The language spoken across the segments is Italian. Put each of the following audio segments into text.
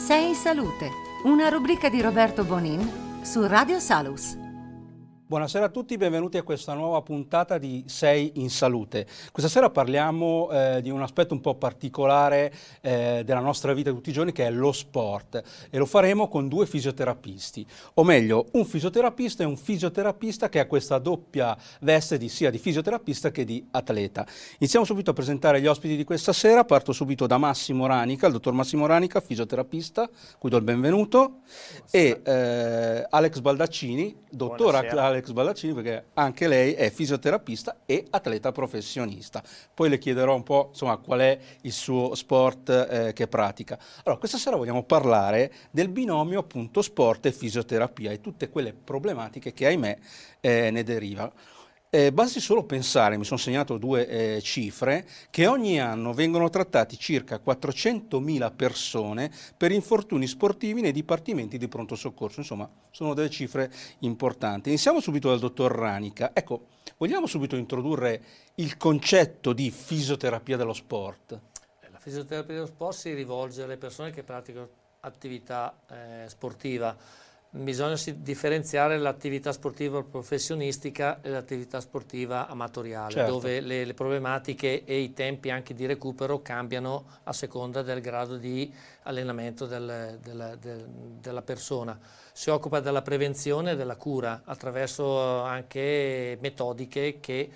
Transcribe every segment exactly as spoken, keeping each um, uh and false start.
Sei in Salute, una rubrica di Roberto Bonin su Radio Salus. Buonasera a tutti, benvenuti a questa nuova puntata di Sei in Salute. Questa sera parliamo eh, di un aspetto un po' particolare eh, della nostra vita di tutti i giorni, che è lo sport, e lo faremo con due fisioterapisti, o meglio un fisioterapista e un fisioterapista che ha questa doppia veste di, sia di fisioterapista che di atleta. Iniziamo subito a presentare gli ospiti di questa sera. Parto subito da Massimo Ranica, il dottor Massimo Ranica, fisioterapista, cui do il benvenuto, e eh, Alex Baldaccini, dottor Alex Alex Ballaccini, perché anche lei è fisioterapista e atleta professionista. Poi le chiederò un po', insomma, qual è il suo sport eh, che pratica. Allora, questa sera vogliamo parlare del binomio appunto sport e fisioterapia e tutte quelle problematiche che, ahimè, eh, ne derivano. Eh, basti solo pensare, mi sono segnato due eh, cifre, che ogni anno vengono trattati circa quattrocentomila persone per infortuni sportivi nei dipartimenti di pronto soccorso. Insomma, sono delle cifre importanti. Iniziamo subito dal dottor Ranica. Ecco, vogliamo subito introdurre il concetto di fisioterapia dello sport? La fisioterapia dello sport si rivolge alle persone che praticano attività eh, sportiva. Bisogna differenziare l'attività sportiva professionistica e l'attività sportiva amatoriale, certo, dove le, le problematiche e i tempi anche di recupero cambiano a seconda del grado di allenamento del, del, del, della persona. Si occupa della prevenzione e della cura attraverso anche metodiche che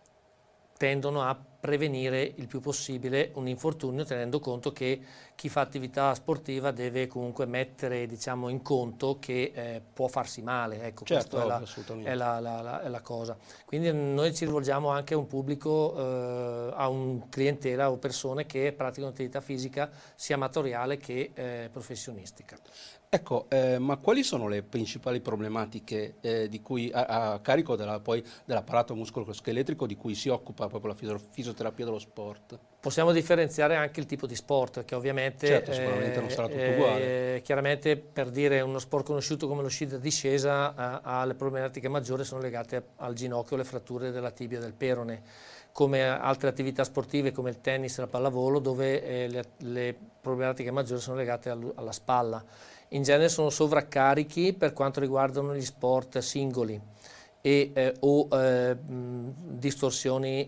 tendono a prevenire il più possibile un infortunio, tenendo conto che chi fa attività sportiva deve comunque mettere, diciamo, in conto che eh, può farsi male. Ecco, certo, questa è, la, è, la, la, la, è la cosa. Quindi noi ci rivolgiamo anche a un pubblico, eh, a un clientela o persone che praticano attività fisica sia amatoriale che eh, professionistica. Ecco, eh, ma quali sono le principali problematiche eh, di cui, a, a carico della, poi, dell'apparato muscoloscheletrico di cui si occupa proprio la fisio, fisioterapia dello sport? Possiamo differenziare anche il tipo di sport, che ovviamente certo, sicuramente eh, non sarà tutto eh, uguale. Chiaramente, per dire, uno sport conosciuto come lo sci da discesa ha, ha le problematiche maggiori sono legate al ginocchio, alle fratture della tibia e del perone, come altre attività sportive come il tennis e la pallavolo, dove eh, le, le problematiche maggiori sono legate al, alla spalla. In genere sono sovraccarichi per quanto riguardano gli sport singoli e, eh, o eh, mh, distorsioni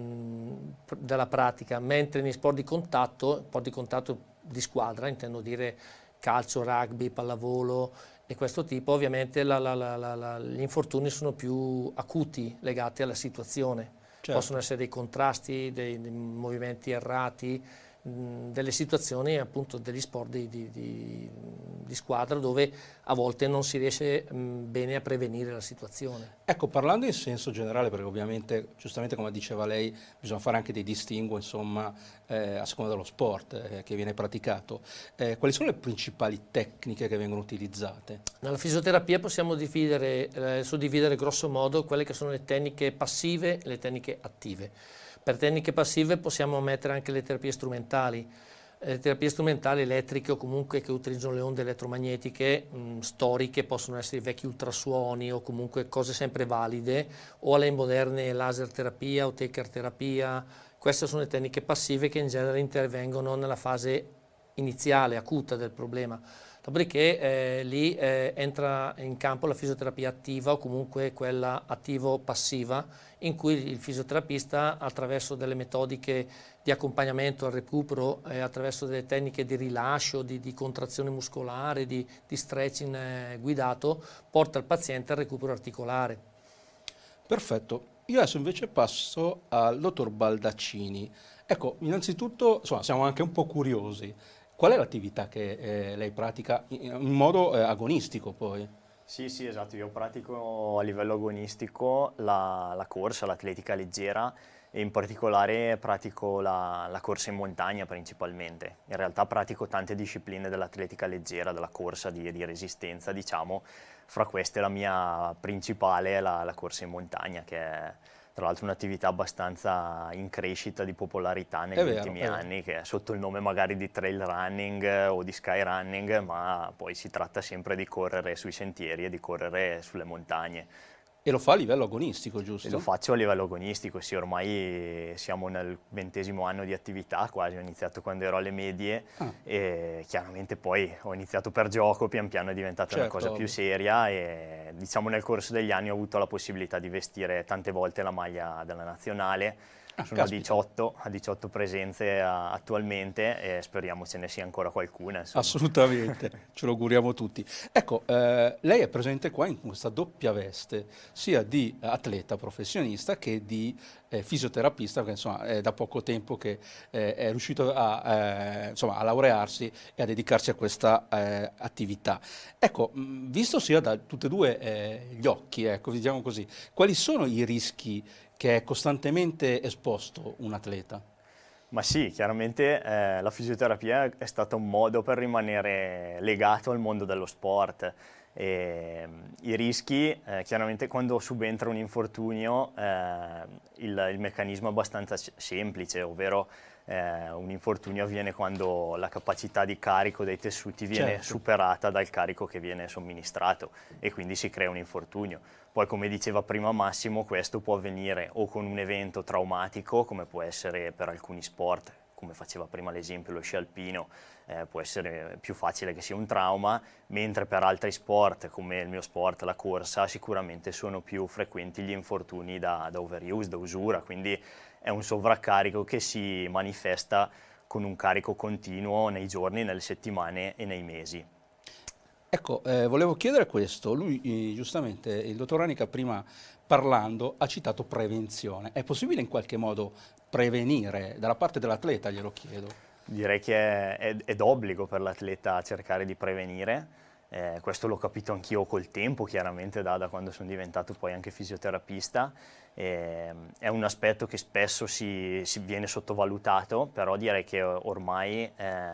mh, della pratica, mentre negli sport di contatto, sport di contatto di squadra, intendo dire calcio, rugby, pallavolo e questo tipo, ovviamente la, la, la, la, la, gli infortuni sono più acuti, legati alla situazione. Certo. Possono essere dei contrasti, dei, dei movimenti errati, delle situazioni, appunto, degli sport di, di, di, di squadra dove a volte non si riesce mh, bene a prevenire la situazione. Ecco, parlando in senso generale, perché ovviamente, giustamente come diceva lei, bisogna fare anche dei distinguo, insomma, eh, a seconda dello sport eh, che viene praticato, eh, quali sono le principali tecniche che vengono utilizzate? Nella fisioterapia possiamo dividere, eh, suddividere grosso modo quelle che sono le tecniche passive e le tecniche attive. Per tecniche passive possiamo mettere anche le terapie strumentali, le terapie strumentali elettriche o comunque che utilizzano le onde elettromagnetiche mh, storiche, possono essere i vecchi ultrasuoni o comunque cose sempre valide, o alle moderne laser terapia o Techer terapia. Queste sono le tecniche passive che in genere intervengono nella fase iniziale, acuta del problema. Dopodiché eh, lì eh, entra in campo la fisioterapia attiva o comunque quella attivo-passiva, in cui il fisioterapista, attraverso delle metodiche di accompagnamento al recupero, eh, attraverso delle tecniche di rilascio, di, di contrazione muscolare, di, di stretching eh, guidato, porta il paziente al recupero articolare. Perfetto. Io adesso invece passo al dottor Baldaccini. Ecco, innanzitutto, insomma, siamo anche un po' curiosi. Qual è l'attività che eh, lei pratica in, in modo eh, agonistico poi? Sì, sì, esatto, io pratico a livello agonistico la, la corsa, l'atletica leggera e in particolare pratico la, la corsa in montagna principalmente. In realtà pratico tante discipline dell'atletica leggera, della corsa di, di resistenza, diciamo, fra queste la mia principale è la, la corsa in montagna, che è tra l'altro un'attività abbastanza in crescita di popolarità negli vero, ultimi anni, che è sotto il nome magari di trail running o di sky running, ma poi si tratta sempre di correre sui sentieri e di correre sulle montagne. E lo fa a livello agonistico, giusto? E lo faccio a livello agonistico, sì, ormai siamo nel ventesimo anno di attività, quasi ho iniziato quando ero alle medie ah. e chiaramente poi ho iniziato per gioco, pian piano è diventata certo, una cosa ovvio. più seria e diciamo nel corso degli anni ho avuto la possibilità di vestire tante volte la maglia della nazionale. Ah, Sono a diciotto, a diciotto presenze a, attualmente e speriamo ce ne sia ancora qualcuna. Insomma. Assolutamente, ce lo auguriamo tutti. Ecco, eh, lei è presente qua in questa doppia veste, sia di atleta professionista che di eh, fisioterapista, perché insomma è da poco tempo che eh, è riuscito a, eh, insomma, a laurearsi e a dedicarsi a questa eh, attività. Ecco, mh, visto sia da tutti e due eh, gli occhi, ecco, diciamo così, quali sono i rischi che è costantemente esposto un atleta? Ma sì, chiaramente eh, la fisioterapia è stato un modo per rimanere legato al mondo dello sport. E, I rischi, eh, chiaramente quando subentra un infortunio, eh, il, il meccanismo è abbastanza semplice, ovvero eh, un infortunio avviene quando la capacità di carico dei tessuti viene certo. superata dal carico che viene somministrato e quindi si crea un infortunio. Poi, come diceva prima Massimo, questo può avvenire o con un evento traumatico, come può essere per alcuni sport, come faceva prima l'esempio lo sci alpino, eh, può essere più facile che sia un trauma, mentre per altri sport, come il mio sport, la corsa, sicuramente sono più frequenti gli infortuni da, da overuse, da usura, quindi è un sovraccarico che si manifesta con un carico continuo nei giorni, nelle settimane e nei mesi. Ecco, eh, volevo chiedere questo, lui eh, giustamente, il dottor Ranica prima parlando ha citato prevenzione, è possibile in qualche modo prevenire dalla parte dell'atleta, glielo chiedo? Direi che è, è, è d'obbligo per l'atleta cercare di prevenire, eh, questo l'ho capito anch'io col tempo, chiaramente da, da quando sono diventato poi anche fisioterapista, eh, è un aspetto che spesso si, si viene sottovalutato, però direi che ormai eh,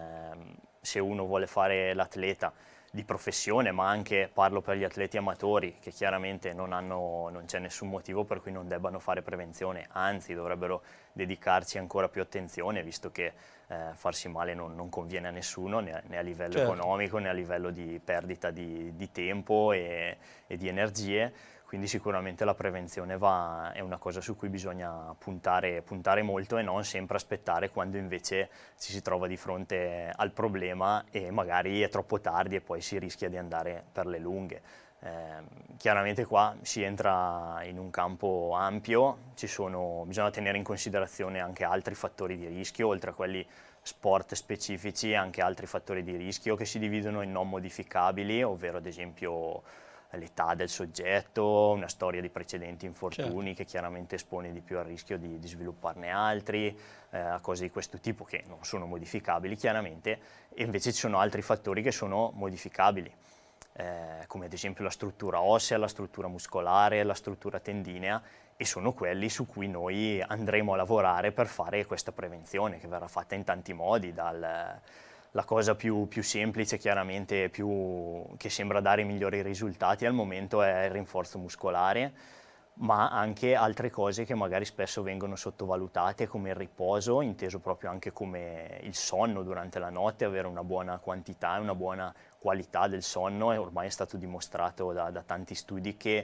se uno vuole fare l'atleta di professione, ma anche parlo per gli atleti amatori che chiaramente non hanno, non c'è nessun motivo per cui non debbano fare prevenzione, anzi dovrebbero dedicarci ancora più attenzione, visto che eh, farsi male non, non conviene a nessuno, né, né a livello certo. economico né a livello di perdita di, di tempo e, e di energie. Quindi sicuramente la prevenzione va, è una cosa su cui bisogna puntare, puntare molto e non sempre aspettare quando invece ci si trova di fronte al problema e magari è troppo tardi e poi si rischia di andare per le lunghe. Eh, chiaramente qua si entra in un campo ampio, ci sono, bisogna tenere in considerazione anche altri fattori di rischio, oltre a quelli sport specifici, anche altri fattori di rischio che si dividono in non modificabili, ovvero ad esempio l'età del soggetto, una storia di precedenti infortuni certo. che chiaramente espone di più al rischio di, di svilupparne altri, eh, cose di questo tipo che non sono modificabili chiaramente, e invece ci sono altri fattori che sono modificabili, eh, come ad esempio la struttura ossea, la struttura muscolare, la struttura tendinea, e sono quelli su cui noi andremo a lavorare per fare questa prevenzione, che verrà fatta in tanti modi, dal... La cosa più, più semplice, chiaramente, più, che sembra dare i migliori risultati al momento è il rinforzo muscolare, ma anche altre cose che magari spesso vengono sottovalutate, come il riposo, inteso proprio anche come il sonno durante la notte, avere una buona quantità e una buona qualità del sonno, e ormai è stato dimostrato da, da tanti studi che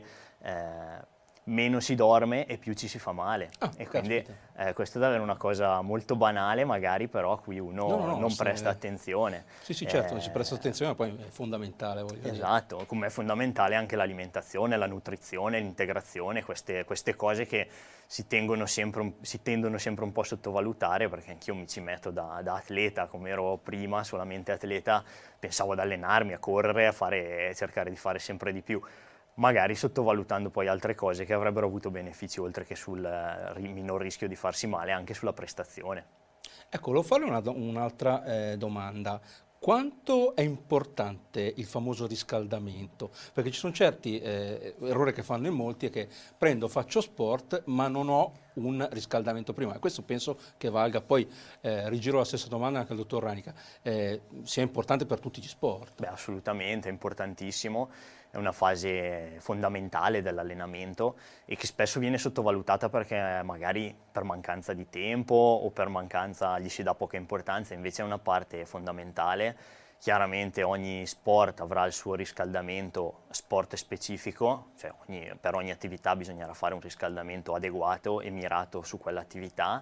eh, meno si dorme e più ci si fa male. Ah, e quindi eh, questa è davvero una cosa molto banale magari, però a cui uno no, no, no, non sì, presta attenzione. Sì, sì, certo, eh, si presta attenzione, ma poi è fondamentale. Voglio esatto, dire. Come è fondamentale anche l'alimentazione, la nutrizione, l'integrazione, queste, queste cose che si, tengono sempre un, si tendono sempre un po' a sottovalutare, perché anch'io mi ci metto da, da atleta, come ero prima, solamente atleta, pensavo ad allenarmi, a correre, a fare, cercare di fare sempre di più, magari sottovalutando poi altre cose che avrebbero avuto benefici oltre che sul eh, minor rischio di farsi male, anche sulla prestazione. Ecco, volevo fare una, un'altra eh, domanda. Quanto è importante il famoso riscaldamento? Perché ci sono certi eh, errori che fanno in molti, è che prendo, faccio sport, ma non ho un riscaldamento prima. E questo penso che valga, poi eh, rigiro la stessa domanda anche al dottor Ranica, eh, sia importante per tutti gli sport. Beh, assolutamente, è importantissimo. È una fase fondamentale dell'allenamento e che spesso viene sottovalutata perché magari per mancanza di tempo o per mancanza gli si dà poca importanza, invece è una parte fondamentale. Chiaramente ogni sport avrà il suo riscaldamento sport specifico, cioè ogni, per ogni attività bisognerà fare un riscaldamento adeguato e mirato su quell'attività.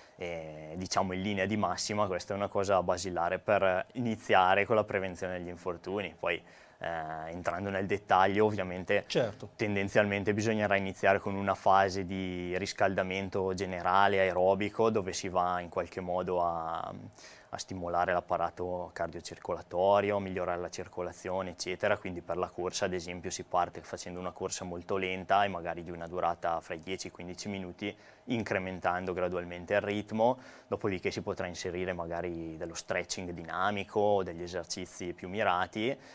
E, diciamo in linea di massima questa è una cosa basilare per iniziare con la prevenzione degli infortuni. Poi eh, entrando nel dettaglio, ovviamente certo. tendenzialmente bisognerà iniziare con una fase di riscaldamento generale aerobico, dove si va in qualche modo a a stimolare l'apparato cardiocircolatorio, migliorare la circolazione, eccetera. Quindi per la corsa, ad esempio, si parte facendo una corsa molto lenta e magari di una durata fra i dieci e i quindici minuti, incrementando gradualmente il ritmo, dopodiché si potrà inserire magari dello stretching dinamico o degli esercizi più mirati e,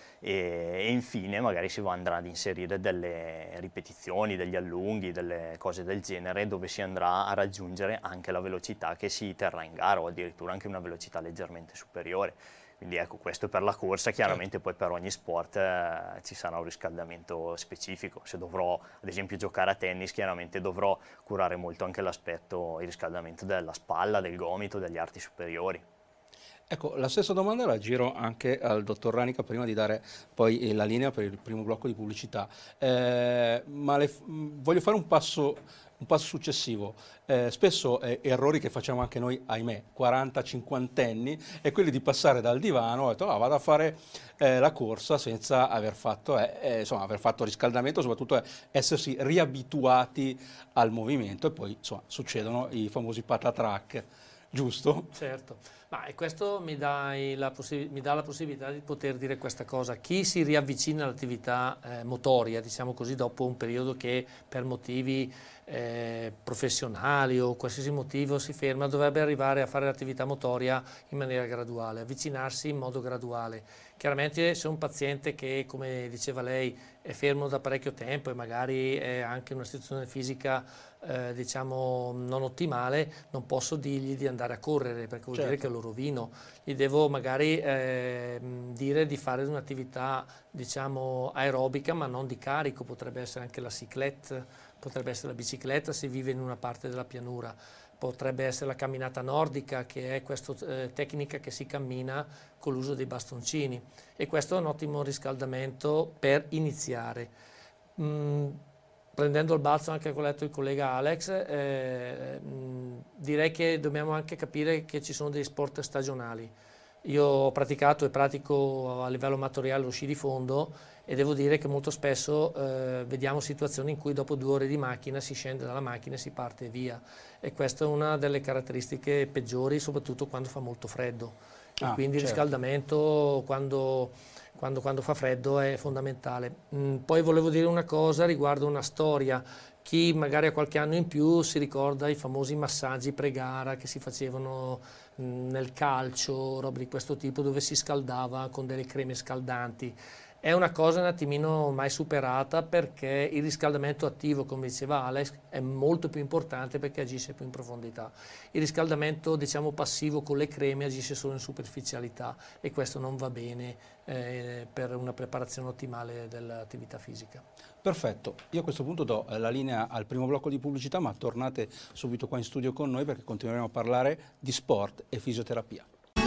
e infine magari si va andrà ad inserire delle ripetizioni, degli allunghi, delle cose del genere, dove si andrà a raggiungere anche la velocità che si terrà in gara o addirittura anche una velocità leggermente superiore. Quindi ecco, questo per la corsa, chiaramente poi per ogni sport eh, ci sarà un riscaldamento specifico. Se dovrò ad esempio giocare a tennis, chiaramente dovrò curare molto anche l'aspetto, il riscaldamento della spalla, del gomito, degli arti superiori. Ecco, la stessa domanda la giro anche al dottor Ranica prima di dare poi la linea per il primo blocco di pubblicità. Eh, ma le, voglio fare un passo, un passo successivo. Eh, spesso eh, errori che facciamo anche noi, ahimè, quaranta cinquantenni, è quelli di passare dal divano e detto, ah, vado a fare eh, la corsa senza aver fatto, eh, eh, insomma, aver fatto riscaldamento, soprattutto eh, essersi riabituati al movimento e poi insomma, succedono i famosi patatrack. Giusto? Certo, ma e questo mi dà, la mi dà la possibilità di poter dire questa cosa. Chi si riavvicina all'attività eh, motoria, diciamo così, dopo un periodo che per motivi eh, professionali o qualsiasi motivo si ferma, dovrebbe arrivare a fare l'attività motoria in maniera graduale, avvicinarsi in modo graduale. Chiaramente se un paziente che, come diceva lei, è fermo da parecchio tempo e magari è anche in una situazione fisica eh, diciamo non ottimale, non posso dirgli di andare a correre perché vuol certo. dire che lo rovino. Gli devo magari eh, dire di fare un'attività diciamo aerobica ma non di carico, potrebbe essere anche la cyclette, potrebbe essere la bicicletta se vive in una parte della pianura. Potrebbe essere la camminata nordica, che è questa eh, tecnica che si cammina con l'uso dei bastoncini, e questo è un ottimo riscaldamento per iniziare. Mm, prendendo il balzo anche a quello che ha detto il collega Alex, eh, mh, direi che dobbiamo anche capire che ci sono degli sport stagionali. Io ho praticato e pratico a livello amatoriale lo sci di fondo e devo dire che molto spesso eh, vediamo situazioni in cui dopo due ore di macchina si scende dalla macchina e si parte via, e questa è una delle caratteristiche peggiori, soprattutto quando fa molto freddo. Ah, e quindi il certo. riscaldamento quando, quando, quando fa freddo è fondamentale. Mm, poi volevo dire una cosa riguardo una storia. Chi magari ha qualche anno in più si ricorda i famosi massaggi pre-gara che si facevano mh, nel calcio, roba di questo tipo, dove si scaldava con delle creme scaldanti. È una cosa un attimino ormai superata, perché il riscaldamento attivo, come diceva Alex, è molto più importante perché agisce più in profondità. Il riscaldamento, diciamo, passivo con le creme agisce solo in superficialità, e questo non va bene eh, per una preparazione ottimale dell'attività fisica. Perfetto, io a questo punto do la linea al primo blocco di pubblicità, ma tornate subito qua in studio con noi perché continueremo a parlare di sport e fisioterapia.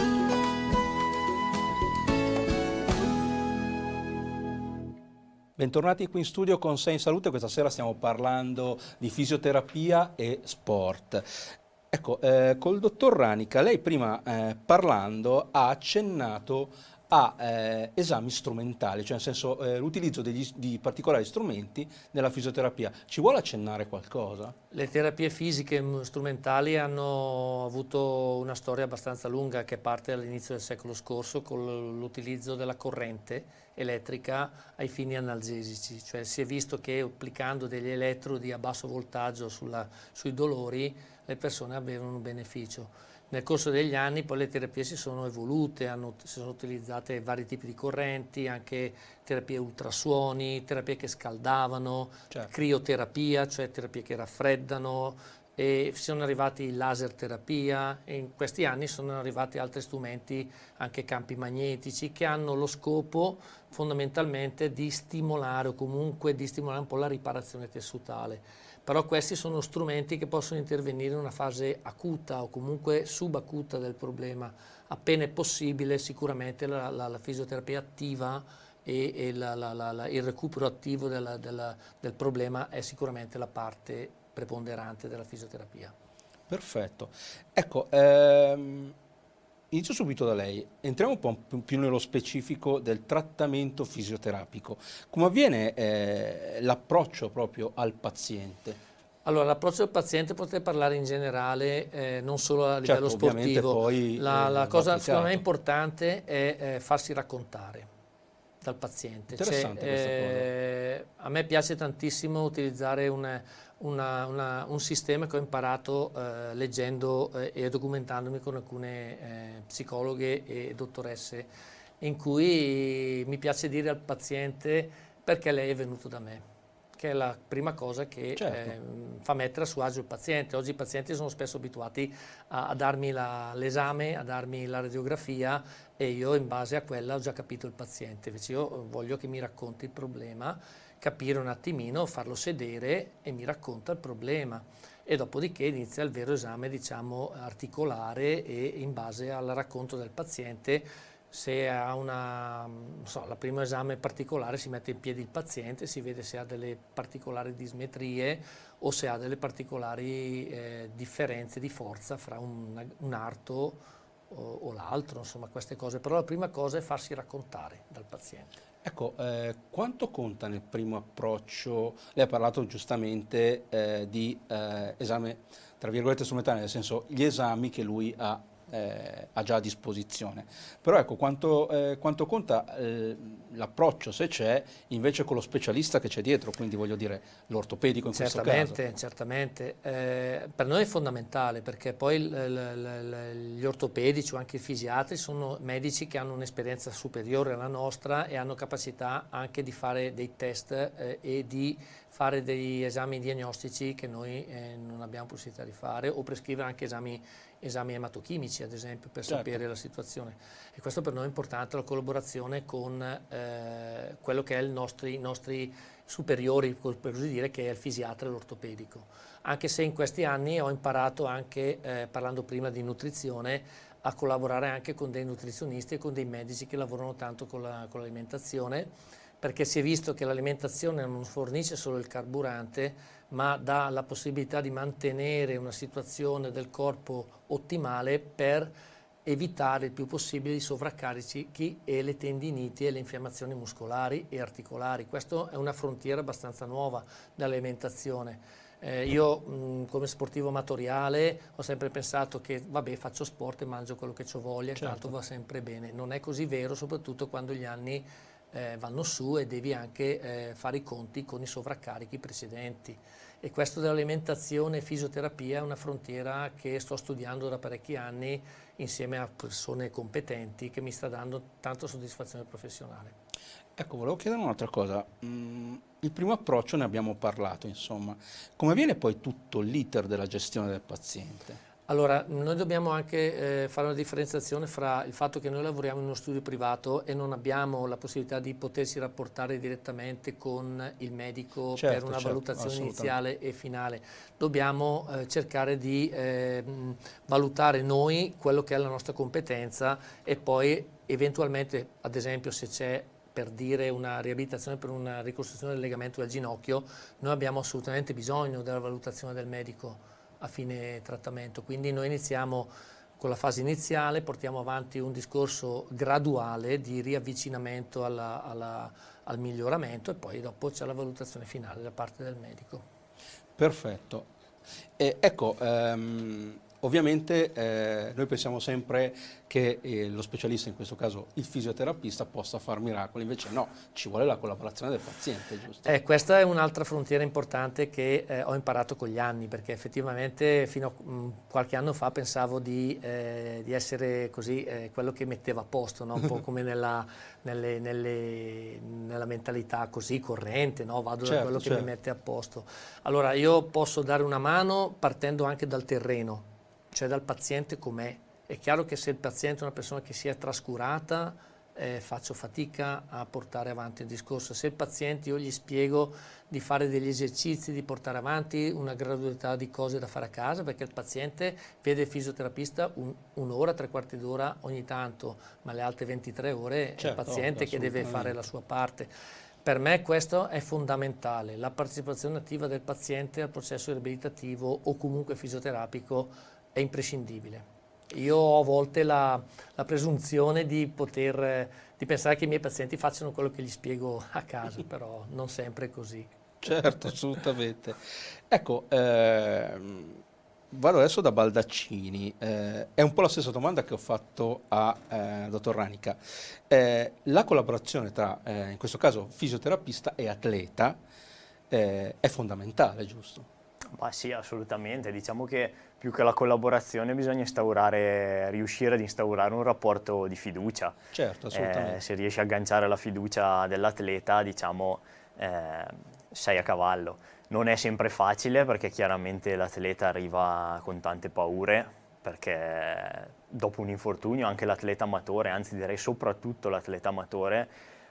Bentornati qui in studio con Sei in Salute. Questa sera stiamo parlando di fisioterapia e sport. Ecco, eh, col dottor Ranica, lei prima eh, parlando ha accennato a eh, esami strumentali, cioè nel senso eh, l'utilizzo di particolari strumenti nella fisioterapia. Ci vuole accennare qualcosa? Le terapie fisiche strumentali hanno avuto una storia abbastanza lunga, che parte all'inizio del secolo scorso con l'utilizzo della corrente elettrica ai fini analgesici, cioè si è visto che applicando degli elettrodi a basso voltaggio sulla, sui dolori le persone avevano un beneficio. Nel corso degli anni poi le terapie si sono evolute, hanno, si sono utilizzate vari tipi di correnti, anche terapie ultrasuoni, terapie che scaldavano, certo. crioterapia, cioè terapie che raffreddano, e sono arrivati laser terapia, e in questi anni sono arrivati altri strumenti, anche campi magnetici, che hanno lo scopo fondamentalmente di stimolare o comunque di stimolare un po' la riparazione tessutale. Però questi sono strumenti che possono intervenire in una fase acuta o comunque subacuta del problema. appena è possibile sicuramente la, la, la fisioterapia attiva e, e la, la, la, la, il recupero attivo della, della, del problema è sicuramente la parte preponderante della fisioterapia. Perfetto. Ecco, ehm, inizio subito da lei. Entriamo un po' più nello specifico del trattamento fisioterapico. Come avviene eh, l'approccio proprio al paziente? Allora, l'approccio al paziente potrei parlare in generale, eh, non solo a livello certo, sportivo. Poi, la, eh, la cosa secondo me applicato. importante è eh, farsi raccontare dal paziente. Interessante cioè, questa eh, a me piace tantissimo utilizzare un, una, una, un sistema che ho imparato eh, leggendo eh, e documentandomi con alcune eh, psicologhe e dottoresse, in cui mi piace dire al paziente perché lei è venuto da me, che è la prima cosa che certo. eh, fa mettere a suo agio il paziente. Oggi i pazienti sono spesso abituati a, a darmi l'esame, a darmi la radiografia e io in base a quella ho già capito il paziente. Invece io voglio che mi racconti il problema, capire un attimino, farlo sedere e mi racconta il problema. E dopodiché inizia il vero esame, diciamo, articolare e in base al racconto del paziente. Se ha una, non so, la primo esame particolare si mette in piedi il paziente, si vede se ha delle particolari dismetrie o se ha delle particolari eh, differenze di forza fra un, un arto o, o l'altro, insomma queste cose. Però la prima cosa è farsi raccontare dal paziente. Ecco, eh, quanto conta nel primo approccio? Lei ha parlato giustamente eh, di eh, esame, tra virgolette, strumentale, nel senso gli esami che lui ha Eh, ha già a disposizione. Però ecco, quanto, eh, quanto conta eh, l'approccio, se c'è, invece con lo specialista che c'è dietro, quindi voglio dire l'ortopedico in certamente, questo caso. Certamente, eh, per noi è fondamentale perché poi l, l, l, gli ortopedici o anche i fisiatri sono medici che hanno un'esperienza superiore alla nostra e hanno capacità anche di fare dei test eh, e di fare degli esami diagnostici che noi eh, non abbiamo possibilità di fare o prescrivere anche esami esami ematochimici ad esempio per certo. sapere la situazione, e questo per noi è importante, la collaborazione con eh, quello che è il nostri, i nostri superiori, per così dire, che è il fisiatra e l'ortopedico, anche se in questi anni ho imparato anche, eh, parlando prima di nutrizione, a collaborare anche con dei nutrizionisti e con dei medici che lavorano tanto con la, con l'alimentazione, perché si è visto che l'alimentazione non fornisce solo il carburante, ma dà la possibilità di mantenere una situazione del corpo ottimale per evitare il più possibile i sovraccarichi e le tendiniti e le infiammazioni muscolari e articolari. Questa è una frontiera abbastanza nuova dell'alimentazione. Eh, io mh, come sportivo amatoriale ho sempre pensato che vabbè, faccio sport e mangio quello che ho voglia, certo. tanto va sempre bene. Non è così vero, soprattutto quando gli anni eh, vanno su e devi anche eh, fare i conti con i sovraccarichi precedenti. E questo dell'alimentazione e fisioterapia è una frontiera che sto studiando da parecchi anni insieme a persone competenti, che mi sta dando tanta soddisfazione professionale. Ecco, volevo chiedere un'altra cosa. Mm, il primo approccio ne abbiamo parlato, insomma. Come viene poi tutto l'iter della gestione del paziente? Allora, noi dobbiamo anche eh, fare una differenziazione fra il fatto che noi lavoriamo in uno studio privato e non abbiamo la possibilità di potersi rapportare direttamente con il medico certo, per una certo, valutazione iniziale e finale. Dobbiamo eh, cercare di eh, valutare noi quello che è la nostra competenza e poi eventualmente, ad esempio, se c'è per dire una riabilitazione per una ricostruzione del legamento del ginocchio, noi abbiamo assolutamente bisogno della valutazione del medico a fine trattamento, quindi noi iniziamo con la fase iniziale, portiamo avanti un discorso graduale di riavvicinamento alla, alla, al miglioramento e poi dopo c'è la valutazione finale da parte del medico. Perfetto. E ecco, ehm, ovviamente eh, noi pensiamo sempre che eh, lo specialista, in questo caso il fisioterapista, possa far miracoli, invece no, ci vuole la collaborazione del paziente, giusto? Eh, questa è un'altra frontiera importante che eh, ho imparato con gli anni, perché effettivamente fino a mh, qualche anno fa pensavo di, eh, di essere così eh, quello che metteva a posto, no? Un po' come nella, nelle, nelle, nella mentalità così corrente, no? Vado certo, da quello certo. che mi mette a posto. Allora io posso dare una mano partendo anche dal terreno, cioè dal paziente com'è. È chiaro che se il paziente è una persona che si è trascurata, eh, faccio fatica a portare avanti il discorso. Se il paziente io gli spiego di fare degli esercizi, di portare avanti una gradualità di cose da fare a casa, perché il paziente vede il fisioterapista un, un'ora, tre quarti d'ora ogni tanto, ma le altre ventitré ore certo, è il paziente che deve fare la sua parte. Per me questo è fondamentale, la partecipazione attiva del paziente al processo riabilitativo o comunque fisioterapico è imprescindibile. Io ho a volte la, la presunzione di poter, di pensare che i miei pazienti facciano quello che gli spiego a casa, però non sempre è così. Certo, assolutamente. Ecco, ehm, vado adesso da Baldaccini. Eh, è un po' la stessa domanda che ho fatto a eh, dottor Ranica. Eh, la collaborazione tra, eh, in questo caso, fisioterapista e atleta eh, è fondamentale, giusto? Ma sì, assolutamente. Diciamo che più che la collaborazione bisogna instaurare, riuscire ad instaurare un rapporto di fiducia. Certo, assolutamente. Eh, se riesci a agganciare la fiducia dell'atleta, diciamo, eh, sei a cavallo. Non è sempre facile perché chiaramente l'atleta arriva con tante paure, perché dopo un infortunio anche l'atleta amatore, anzi direi soprattutto l'atleta amatore,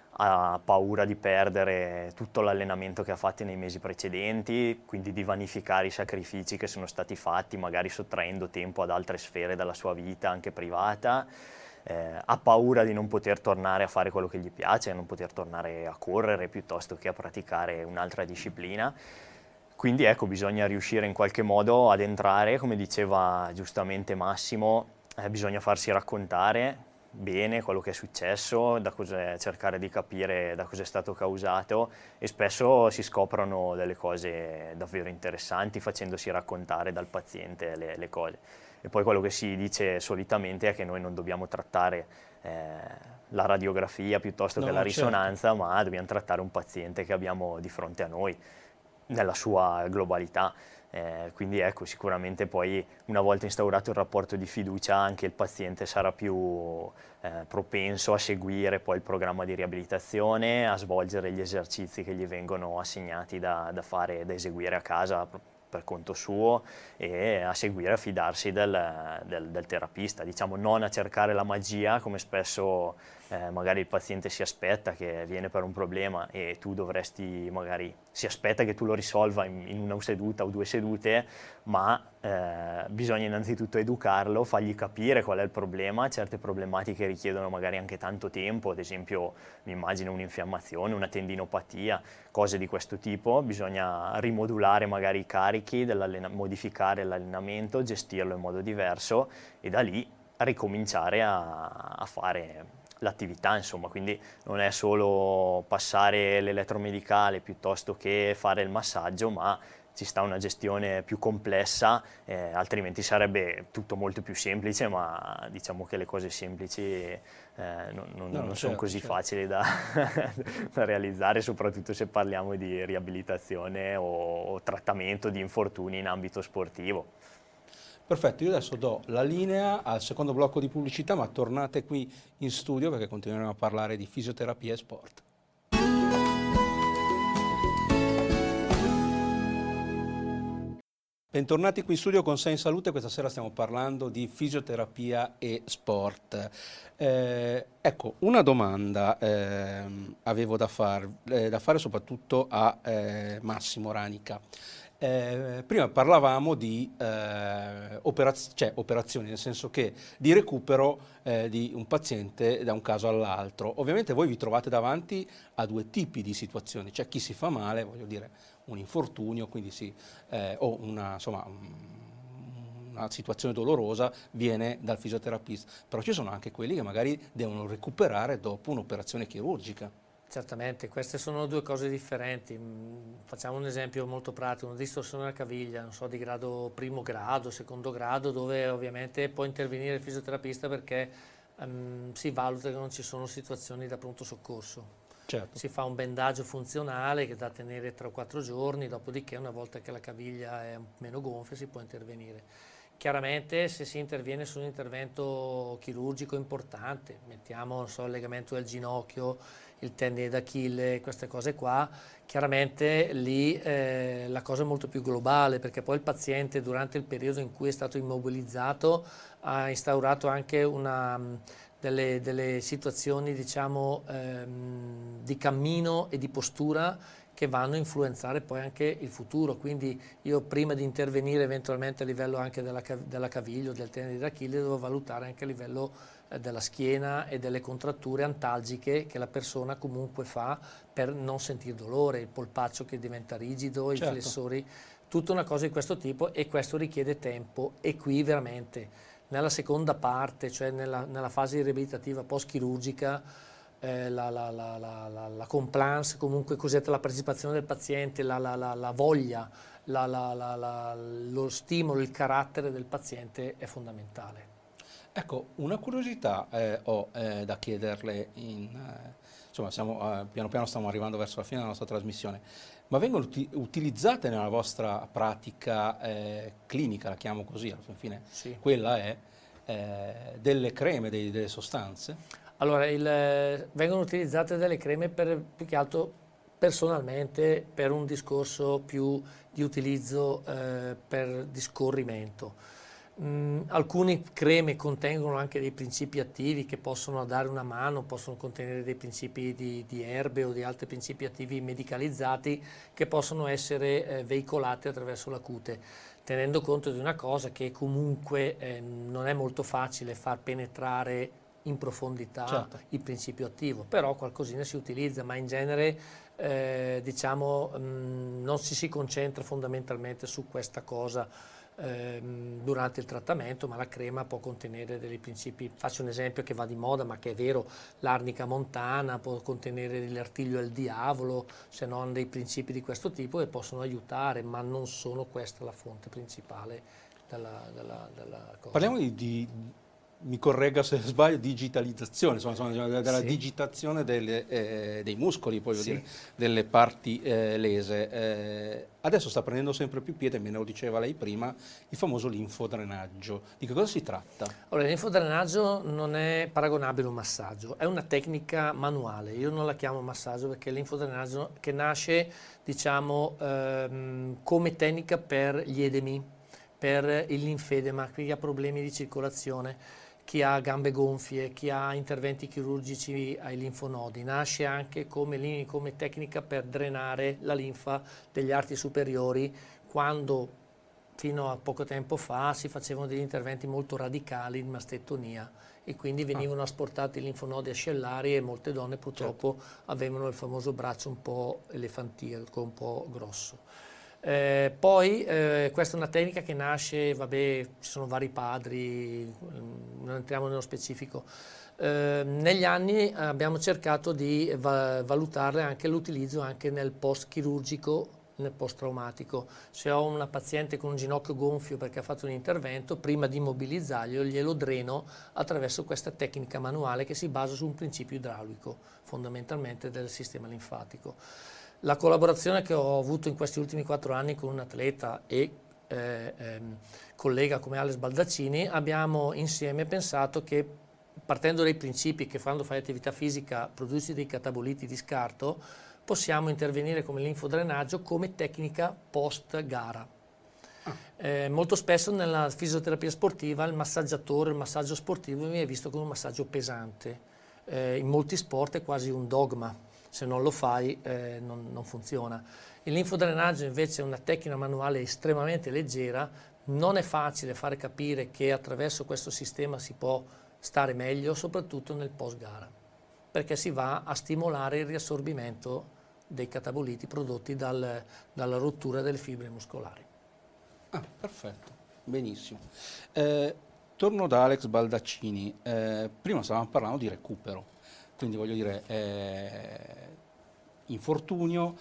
ha paura di perdere tutto l'allenamento che ha fatto nei mesi precedenti, quindi di vanificare i sacrifici che sono stati fatti, magari sottraendo tempo ad altre sfere della sua vita, anche privata. Eh, ha paura di non poter tornare a fare quello che gli piace, non poter tornare a correre piuttosto che a praticare un'altra disciplina. Quindi ecco, bisogna riuscire in qualche modo ad entrare, come diceva giustamente Massimo, eh, bisogna farsi raccontare bene quello che è successo, da cosa, cercare di capire da cosa è stato causato, e spesso si scoprono delle cose davvero interessanti facendosi raccontare dal paziente le, le cose. E poi quello che si dice solitamente è che noi non dobbiamo trattare eh, la radiografia piuttosto no, che la certo. risonanza, ma dobbiamo trattare un paziente che abbiamo di fronte a noi nella sua globalità. Eh, quindi ecco, sicuramente poi una volta instaurato il rapporto di fiducia anche il paziente sarà più eh, propenso a seguire poi il programma di riabilitazione, a svolgere gli esercizi che gli vengono assegnati da, da fare, da eseguire a casa per conto suo, e a seguire, a fidarsi del, del, del terapista, diciamo, non a cercare la magia come spesso eh, magari il paziente si aspetta, che viene per un problema e tu dovresti, magari si aspetta che tu lo risolva in, in una seduta o due sedute, ma eh, bisogna innanzitutto educarlo, fargli capire qual è il problema. Certe problematiche richiedono magari anche tanto tempo, ad esempio mi immagino un'infiammazione, una tendinopatia, cose di questo tipo. Bisogna rimodulare magari i carichi, modificare l'allenamento, gestirlo in modo diverso e da lì ricominciare a, a fare l'attività, insomma. Quindi non è solo passare l'elettromedicale piuttosto che fare il massaggio, ma ci sta una gestione più complessa, eh, altrimenti sarebbe tutto molto più semplice, ma diciamo che le cose semplici eh, non, non, no, non certo, sono così certo. facili da, da realizzare, soprattutto se parliamo di riabilitazione o, o trattamento di infortuni in ambito sportivo. Perfetto, io adesso do la linea al secondo blocco di pubblicità, ma tornate qui in studio perché continueremo a parlare di fisioterapia e sport. Bentornati qui in studio con Sei in Salute. Questa sera stiamo parlando di fisioterapia e sport. Eh, ecco, una domanda eh, avevo da, far, eh, da fare soprattutto a eh, Massimo Ranica. Eh, prima parlavamo di eh, operaz- cioè, operazioni, nel senso che di recupero eh, di un paziente da un caso all'altro. Ovviamente voi vi trovate davanti a due tipi di situazioni. C'è chi si fa male, voglio dire, un infortunio, quindi sì, eh, o una, insomma, una situazione dolorosa viene dal fisioterapista, però ci sono anche quelli che magari devono recuperare dopo un'operazione chirurgica. Certamente, queste sono due cose differenti. Facciamo un esempio molto pratico, una distorsione alla caviglia, non so, di grado primo grado, secondo grado, dove ovviamente può intervenire il fisioterapista perché um, si valuta che non ci sono situazioni da pronto soccorso. Certo. Si fa un bendaggio funzionale che da tenere tre o quattro giorni, dopodiché una volta che la caviglia è meno gonfia si può intervenire. Chiaramente se si interviene su un intervento chirurgico importante, mettiamo non so, il legamento del ginocchio, il tendine d'Achille, queste cose qua, chiaramente lì eh, la cosa è molto più globale, perché poi il paziente durante il periodo in cui è stato immobilizzato ha instaurato anche una delle, delle situazioni, diciamo, ehm, di cammino e di postura che vanno a influenzare poi anche il futuro. Quindi io, prima di intervenire eventualmente a livello anche della, della caviglia, del tenere d'Achille, devo valutare anche a livello eh, della schiena e delle contratture antalgiche che la persona comunque fa per non sentire dolore, il polpaccio che diventa rigido, certo. I flessori, tutta una cosa di questo tipo, e questo richiede tempo. E qui veramente nella seconda parte, cioè nella, nella fase riabilitativa post-chirurgica, eh, la, la, la, la, la, la compliance, comunque cosiddetta la partecipazione del paziente, la, la, la, la voglia, la, la, la, la, lo stimolo, il carattere del paziente è fondamentale. Ecco, una curiosità eh, ho eh, da chiederle, in, eh, insomma siamo, eh, piano piano stiamo arrivando verso la fine della nostra trasmissione, ma vengono uti utilizzate nella vostra pratica eh, clinica, la chiamo così, alla fine sì. Quella è, eh, delle creme, dei, delle sostanze? Allora, il, vengono utilizzate delle creme per, più che altro personalmente, per un discorso più di utilizzo eh, per discorrimento. Mm, alcune creme contengono anche dei principi attivi che possono dare una mano, possono contenere dei principi di, di erbe o di altri principi attivi medicalizzati che possono essere eh, veicolati attraverso la cute, tenendo conto di una cosa, che comunque eh, non è molto facile far penetrare in profondità, certo, il principio attivo, però qualcosina si utilizza, ma in genere eh, diciamo mh, non si si concentra fondamentalmente su questa cosa durante il trattamento, ma la crema può contenere dei principi. Faccio un esempio che va di moda ma che è vero: l'arnica montana può contenere l'artiglio del diavolo, se non dei principi di questo tipo che possono aiutare, ma non sono questa la fonte principale della, della, della cosa. Parliamo di, di mi corregga se sbaglio, digitalizzazione, insomma, della sì. digitazione delle, eh, dei muscoli, poi sì. dire, delle parti eh, lese. Eh, adesso sta prendendo sempre più piede, me lo diceva lei prima, il famoso linfodrenaggio. Di che cosa si tratta? Allora, il linfodrenaggio non è paragonabile a un massaggio, è una tecnica manuale. Io non la chiamo massaggio perché il linfodrenaggio che nasce, diciamo, ehm, come tecnica per gli edemi, per il linfedema, chi ha problemi di circolazione, chi ha gambe gonfie, chi ha interventi chirurgici ai linfonodi. Nasce anche come, come tecnica per drenare la linfa degli arti superiori, quando fino a poco tempo fa si facevano degli interventi molto radicali di mastettonia e quindi venivano ah. asportati i linfonodi ascellari, e molte donne purtroppo certo. avevano il famoso braccio un po' elefantiaco, un po' grosso. Eh, poi eh, questa è una tecnica che nasce, vabbè, ci sono vari padri, non entriamo nello specifico. Eh, negli anni abbiamo cercato di va valutarle anche l'utilizzo anche nel post chirurgico, nel post traumatico. Se ho una paziente con un ginocchio gonfio perché ha fatto un intervento, prima di immobilizzarglielo glielo dreno attraverso questa tecnica manuale che si basa su un principio idraulico fondamentalmente del sistema linfatico. La collaborazione che ho avuto in questi ultimi quattro anni con un atleta e eh, ehm, collega come Alex Baldaccini, abbiamo insieme pensato che, partendo dai principi che quando fai attività fisica produci dei cataboliti di scarto, possiamo intervenire come linfodrenaggio come tecnica post gara. Ah. Eh, molto spesso nella fisioterapia sportiva il massaggiatore, il massaggio sportivo viene visto come un massaggio pesante. Eh, in molti sport è quasi un dogma. Se non lo fai eh, non, non funziona. Il linfodrenaggio invece è una tecnica manuale estremamente leggera, non è facile fare capire che attraverso questo sistema si può stare meglio, soprattutto nel post gara, perché si va a stimolare il riassorbimento dei cataboliti prodotti dal, dalla rottura delle fibre muscolari. Ah, perfetto, benissimo. Eh, torno da Alex Baldaccini, eh, prima stavamo parlando di recupero. Quindi voglio dire, eh, infortunio,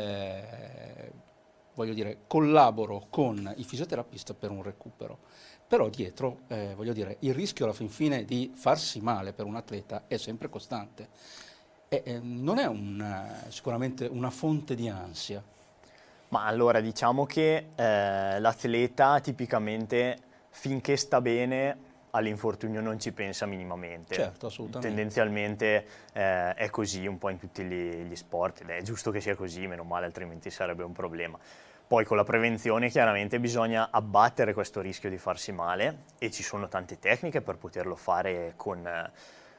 eh, voglio dire, collaboro con il fisioterapista per un recupero, però dietro, eh, voglio dire, il rischio alla fin fine di farsi male per un atleta è sempre costante e eh, non è un, sicuramente una fonte di ansia. Ma allora diciamo che eh, l'atleta tipicamente finché sta bene all'infortunio non ci pensa minimamente. Certo, assolutamente. Tendenzialmente eh, è così un po' in tutti gli, gli sport ed è giusto che sia così, meno male, altrimenti sarebbe un problema. Poi con la prevenzione chiaramente bisogna abbattere questo rischio di farsi male e ci sono tante tecniche per poterlo fare con,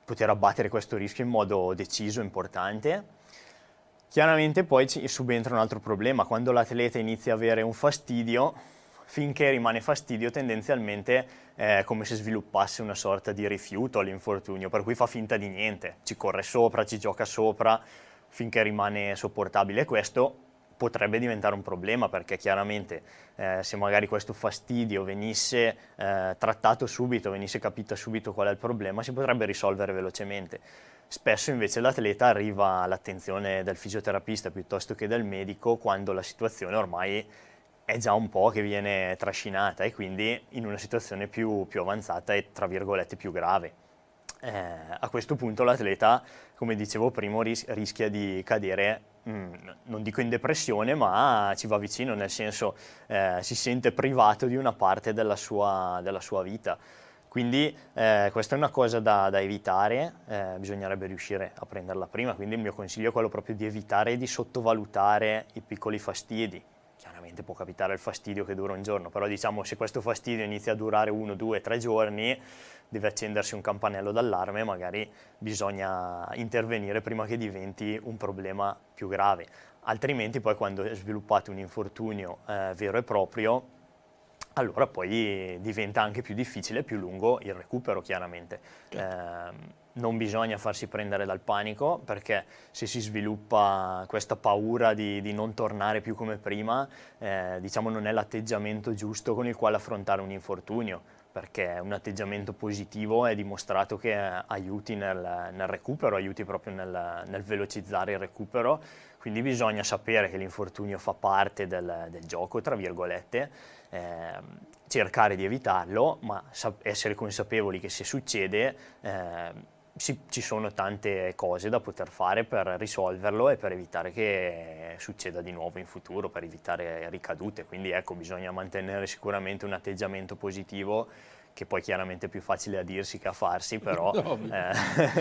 poter abbattere questo rischio in modo deciso, importante. Chiaramente poi ci subentra un altro problema: quando l'atleta inizia a avere un fastidio, finché rimane fastidio tendenzialmente è come se sviluppasse una sorta di rifiuto all'infortunio, per cui fa finta di niente, ci corre sopra, ci gioca sopra, finché rimane sopportabile. Questo potrebbe diventare un problema, perché chiaramente eh, se magari questo fastidio venisse eh, trattato subito, venisse capito subito qual è il problema, si potrebbe risolvere velocemente. Spesso invece l'atleta arriva all'attenzione del fisioterapista piuttosto che del medico quando la situazione ormai è già un po' che viene trascinata, e quindi in una situazione più, più avanzata e tra virgolette più grave. Eh, a questo punto l'atleta, come dicevo prima, ris- rischia di cadere, mh, non dico in depressione, ma ci va vicino, nel senso eh, si sente privato di una parte della sua, della sua vita. Quindi eh, questa è una cosa da, da evitare, eh, bisognerebbe riuscire a prenderla prima, quindi il mio consiglio è quello proprio di evitare di sottovalutare i piccoli fastidi. Chiaramente può capitare il fastidio che dura un giorno, però diciamo se questo fastidio inizia a durare uno, due, tre giorni, deve accendersi un campanello d'allarme, magari bisogna intervenire prima che diventi un problema più grave. Altrimenti poi quando sviluppate un infortunio eh, vero e proprio, allora poi diventa anche più difficile e più lungo il recupero, chiaramente. Certo. Eh, non bisogna farsi prendere dal panico, perché se si sviluppa questa paura di, di non tornare più come prima, eh, diciamo non è l'atteggiamento giusto con il quale affrontare un infortunio, perché un atteggiamento positivo è dimostrato che aiuti nel, nel recupero, aiuti proprio nel, nel velocizzare il recupero. Quindi bisogna sapere che l'infortunio fa parte del, del gioco, tra virgolette, eh, cercare di evitarlo, ma essere consapevoli che se succede eh, ci, ci sono tante cose da poter fare per risolverlo e per evitare che succeda di nuovo in futuro, per evitare ricadute. Quindi ecco, bisogna mantenere sicuramente un atteggiamento positivo, che poi chiaramente è più facile a dirsi che a farsi, però eh,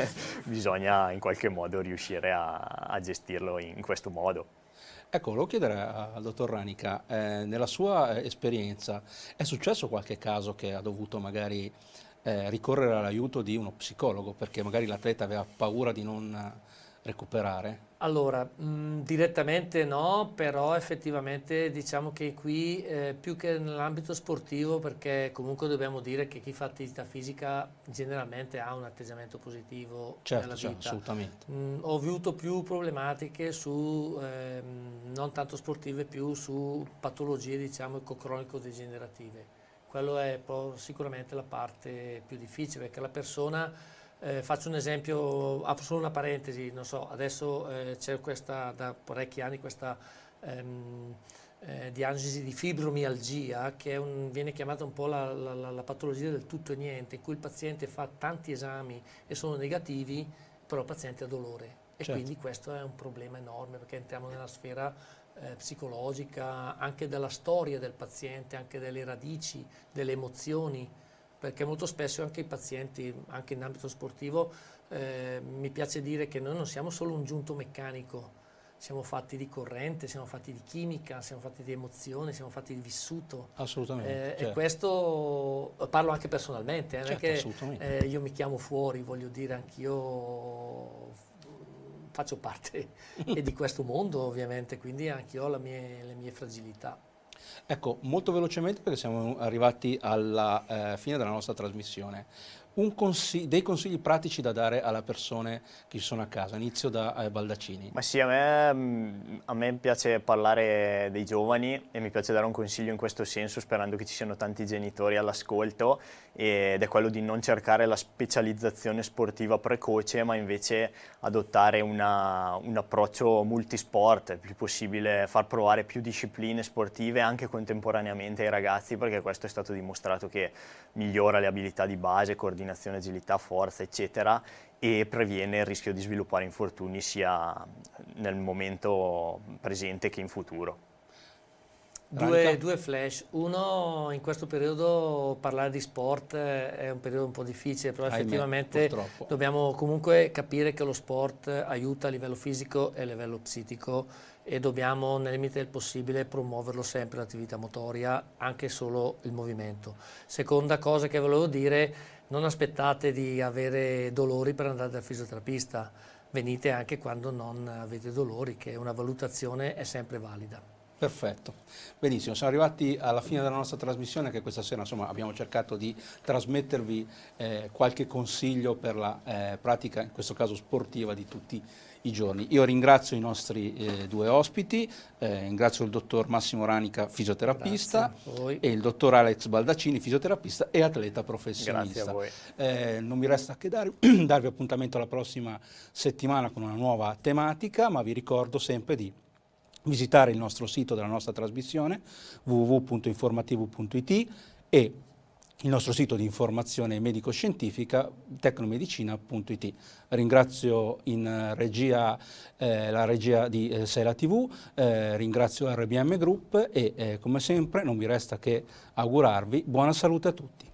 bisogna in qualche modo riuscire a, a gestirlo in questo modo. Ecco, volevo chiedere al dottor Ranica, eh, nella sua eh, esperienza è successo qualche caso che ha dovuto magari eh, ricorrere all'aiuto di uno psicologo perché magari l'atleta aveva paura di non recuperare? Allora, mh, direttamente no, però effettivamente diciamo che qui eh, più che nell'ambito sportivo, perché comunque dobbiamo dire che chi fa attività fisica generalmente ha un atteggiamento positivo certo, nella certo, vita. assolutamente. Mh, ho avuto più problematiche su, ehm, non tanto sportive, più su patologie diciamo cronico-degenerative. Quello è sicuramente la parte più difficile, perché la persona... Eh, faccio un esempio, apro solo una parentesi, non so, adesso eh, c'è questa, da parecchi anni, questa ehm, eh, diagnosi di fibromialgia, che è un, viene chiamata un po' la, la, la patologia del tutto e niente, in cui il paziente fa tanti esami e sono negativi, però il paziente ha dolore. E certo. Quindi questo è un problema enorme, perché entriamo nella sfera eh, psicologica, anche della storia del paziente, anche delle radici, delle emozioni, perché molto spesso anche i pazienti, anche in ambito sportivo, eh, mi piace dire che noi non siamo solo un giunto meccanico, siamo fatti di corrente, siamo fatti di chimica, siamo fatti di emozione, siamo fatti di vissuto. Assolutamente. Eh, certo. E questo parlo anche personalmente, eh, non certo, è che eh, io mi chiamo fuori, voglio dire, anch'io faccio parte e di questo mondo ovviamente, quindi anch'io ho le mie, le mie fragilità. Ecco, molto velocemente perché siamo arrivati alla eh, fine della nostra trasmissione. Un consigli, dei consigli pratici da dare alle persone che ci sono a casa. Inizio da eh, Baldaccini. Ma sì, a me, a me piace parlare dei giovani e mi piace dare un consiglio in questo senso, sperando che ci siano tanti genitori all'ascolto, ed è quello di non cercare la specializzazione sportiva precoce, ma invece adottare una, un approccio multisport, il più possibile far provare più discipline sportive anche contemporaneamente ai ragazzi, perché questo è stato dimostrato che migliora le abilità di base, coordinazione, agilità, forza, eccetera, e previene il rischio di sviluppare infortuni sia nel momento presente che in futuro. Due, due flash. Uno, in questo periodo parlare di sport è un periodo un po' difficile, però Ahimè, effettivamente purtroppo. dobbiamo comunque capire che lo sport aiuta a livello fisico e a livello psichico e dobbiamo nel limite del possibile promuoverlo sempre l'attività motoria, anche solo il movimento. Seconda cosa che volevo dire, non aspettate di avere dolori per andare dal fisioterapista, venite anche quando non avete dolori, che una valutazione è sempre valida. Perfetto, benissimo, siamo arrivati alla fine della nostra trasmissione che questa sera insomma, abbiamo cercato di trasmettervi eh, qualche consiglio per la eh, pratica, in questo caso sportiva, di tutti i giorni. Io ringrazio i nostri eh, due ospiti, eh, ringrazio il dottor Massimo Ranica, fisioterapista, e il dottor Alex Baldaccini, fisioterapista e atleta professionista. Grazie a voi. Eh, non mi resta che dar, darvi appuntamento alla prossima settimana con una nuova tematica, ma vi ricordo sempre di visitare il nostro sito della nostra trasmissione w w w punto informativo punto i t e il nostro sito di informazione medico-scientifica tecnomedicina punto i t. Ringrazio in regia eh, la regia di eh, Sela tivù, eh, ringrazio R B M Group e eh, come sempre non mi resta che augurarvi buona salute a tutti.